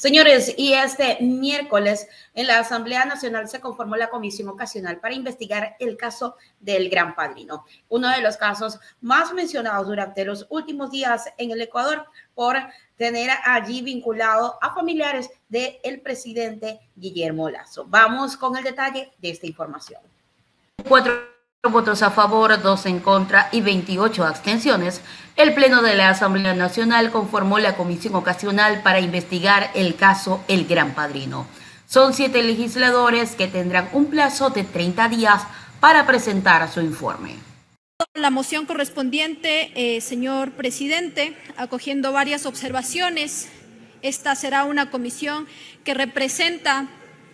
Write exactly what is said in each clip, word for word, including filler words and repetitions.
Señores, y este miércoles en la Asamblea Nacional se conformó la Comisión Ocasional para investigar el caso del Gran Padrino, uno de los casos más mencionados durante los últimos días en el Ecuador por tener allí vinculado a familiares del presidente Guillermo Lasso. Vamos con el detalle de esta información. Cuatro votos a favor, dos en contra y veintiocho abstenciones, el Pleno de la Asamblea Nacional conformó la Comisión Ocasional para investigar el caso El Gran Padrino. Son siete legisladores que tendrán un plazo de treinta días para presentar su informe. La moción correspondiente, eh, señor presidente, acogiendo varias observaciones, esta será una comisión que representa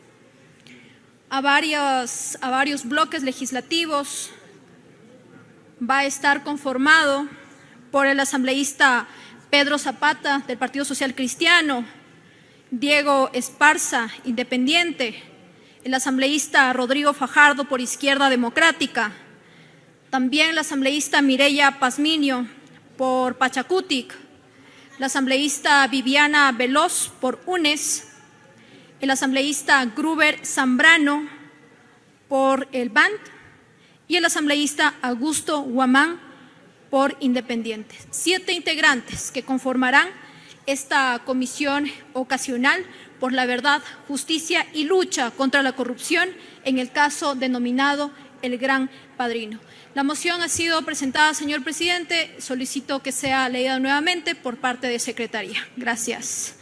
a varios, a varios bloques legislativos. Va a estar conformado por el asambleísta Pedro Zapata, del Partido Social Cristiano, Diego Esparza, independiente, el asambleísta Rodrigo Fajardo, por Izquierda Democrática, también la asambleísta Mireya Pazmiño, por Pachacutic, la asambleísta Viviana Veloz, por UNES, el asambleísta Gruber Zambrano, por el B A N T, y el asambleísta Augusto Guamán, por Independientes. Siete integrantes que conformarán esta comisión ocasional por la verdad, justicia y lucha contra la corrupción en el caso denominado El Gran Padrino. La moción ha sido presentada, señor presidente. Solicito que sea leída nuevamente por parte de Secretaría. Gracias.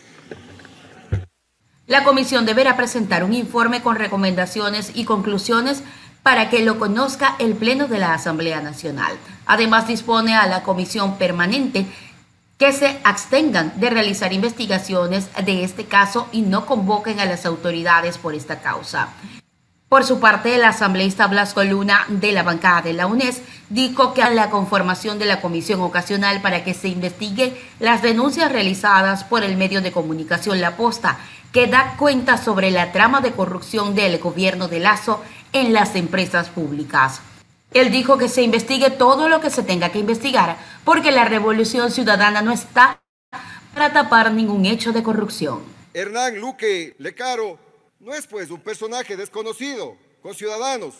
La comisión deberá presentar un informe con recomendaciones y conclusiones para que lo conozca el Pleno de la Asamblea Nacional. Además, dispone a la comisión permanente que se abstengan de realizar investigaciones de este caso y no convoquen a las autoridades por esta causa. Por su parte, el asambleísta Blasco Luna, de la bancada de la UNES, dijo que a la conformación de la comisión ocasional para que se investigue las denuncias realizadas por el medio de comunicación La Posta, que da cuenta sobre la trama de corrupción del gobierno de Lasso en las empresas públicas. Él dijo que se investigue todo lo que se tenga que investigar, porque la Revolución Ciudadana no está para tapar ningún hecho de corrupción. Hernán Luque Lecaro no es pues un personaje desconocido con Ciudadanos,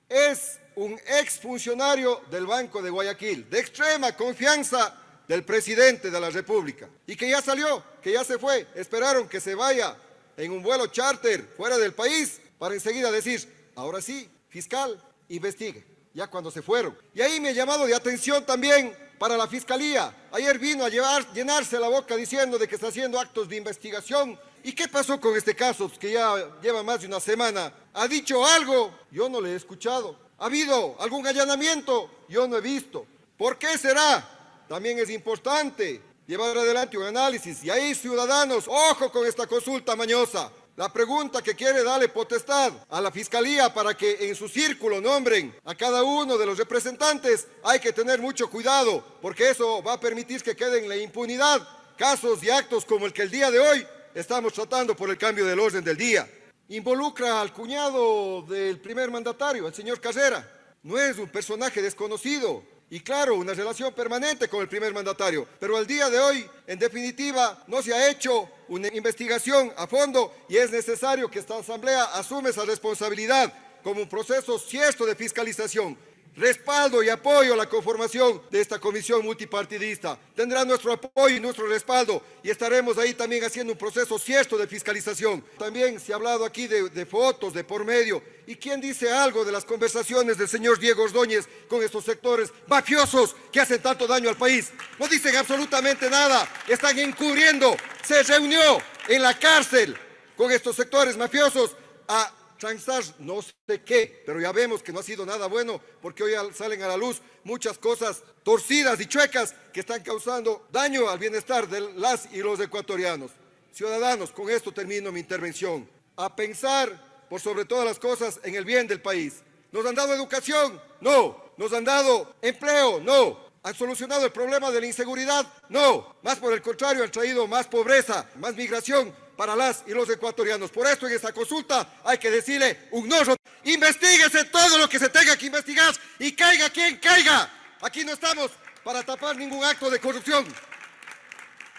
es un exfuncionario del Banco de Guayaquil, de extrema confianza del presidente de la República, y que ya salió, que ya se fue. Esperaron que se vaya en un vuelo charter fuera del país para enseguida decir, ahora sí, fiscal, investigue, ya cuando se fueron. Y ahí me ha llamado de atención también para la Fiscalía. Ayer vino a llevar, llenarse la boca diciendo de que está haciendo actos de investigación. ¿Y qué pasó con este caso que ya lleva más de una semana? ¿Ha dicho algo? Yo no le he escuchado. ¿Ha habido algún allanamiento? Yo no he visto. ¿Por qué será? También es importante llevar adelante un análisis. Y ahí, ciudadanos, ojo con esta consulta mañosa. La pregunta que quiere darle potestad a la Fiscalía para que en su círculo nombren a cada uno de los representantes, hay que tener mucho cuidado, porque eso va a permitir que queden en la impunidad casos y actos como el que el día de hoy estamos tratando por el cambio del orden del día. Involucra al cuñado del primer mandatario, el señor Carrera. No es un personaje desconocido. Y claro, una relación permanente con el primer mandatario. Pero al día de hoy, en definitiva, no se ha hecho una investigación a fondo y es necesario que esta Asamblea asume esa responsabilidad como un proceso cierto de fiscalización. Respaldo y apoyo a la conformación de esta comisión multipartidista. Tendrá nuestro apoyo y nuestro respaldo y estaremos ahí también haciendo un proceso cierto de fiscalización. También se ha hablado aquí de, de fotos, de por medio. ¿Y quién dice algo de las conversaciones del señor Diego Ordóñez con estos sectores mafiosos que hacen tanto daño al país? No dicen absolutamente nada, están encubriendo. Se reunió en la cárcel con estos sectores mafiosos a transar no sé qué, pero ya vemos que no ha sido nada bueno, porque hoy salen a la luz muchas cosas torcidas y chuecas que están causando daño al bienestar de las y los ecuatorianos. Ciudadanos, con esto termino mi intervención. A pensar, por sobre todas las cosas, en el bien del país. ¿Nos han dado educación? No. ¿Nos han dado empleo? No. ¿Han solucionado el problema de la inseguridad? No. Más por el contrario, han traído más pobreza, más migración para las y los ecuatorianos. Por esto en esta consulta hay que decirle un no. Investíguese todo lo que se tenga que investigar y caiga quien caiga. Aquí no estamos para tapar ningún acto de corrupción.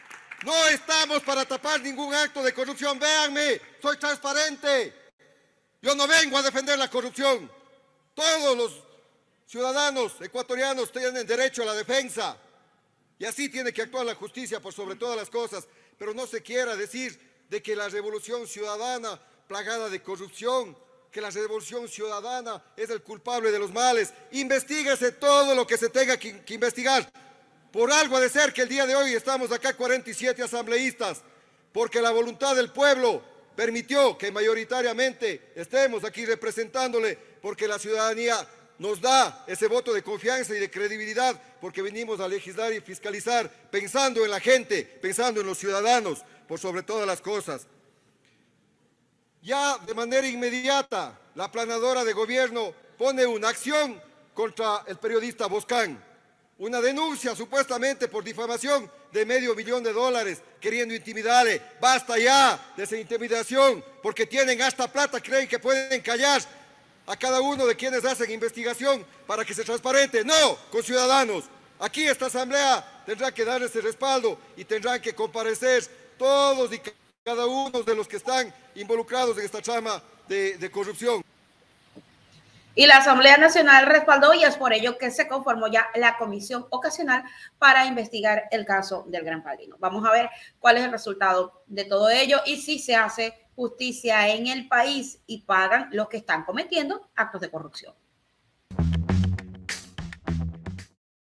No estamos para tapar ningún acto de corrupción. Véanme, soy transparente. Yo no vengo a defender la corrupción. Todos los ciudadanos ecuatorianos tienen derecho a la defensa. Y así tiene que actuar la justicia por sobre todas las cosas. Pero no se quiera decir de que la revolución ciudadana plagada de corrupción, que la revolución ciudadana es el culpable de los males. Investíguese todo lo que se tenga que, que investigar. Por algo ha de ser que el día de hoy estamos acá cuarenta y siete asambleístas, porque la voluntad del pueblo permitió que mayoritariamente estemos aquí representándole, porque la ciudadanía nos da ese voto de confianza y de credibilidad, porque venimos a legislar y fiscalizar pensando en la gente, pensando en los ciudadanos, por sobre todas las cosas. Ya de manera inmediata, la planadora de gobierno pone una acción contra el periodista Boscán, una denuncia supuestamente por difamación de medio millón de dólares, queriendo intimidarle. Basta ya de esa intimidación, porque tienen hasta plata, creen que pueden callar a cada uno de quienes hacen investigación para que se transparente. No, con ciudadanos. Aquí esta asamblea tendrá que dar ese respaldo y tendrán que comparecer todos y cada uno de los que están involucrados en esta trama de, de corrupción. Y la Asamblea Nacional respaldó, y es por ello que se conformó ya la comisión ocasional para investigar el caso del Gran Padrino. Vamos a ver cuál es el resultado de todo ello y si se hace justicia en el país y pagan los que están cometiendo actos de corrupción.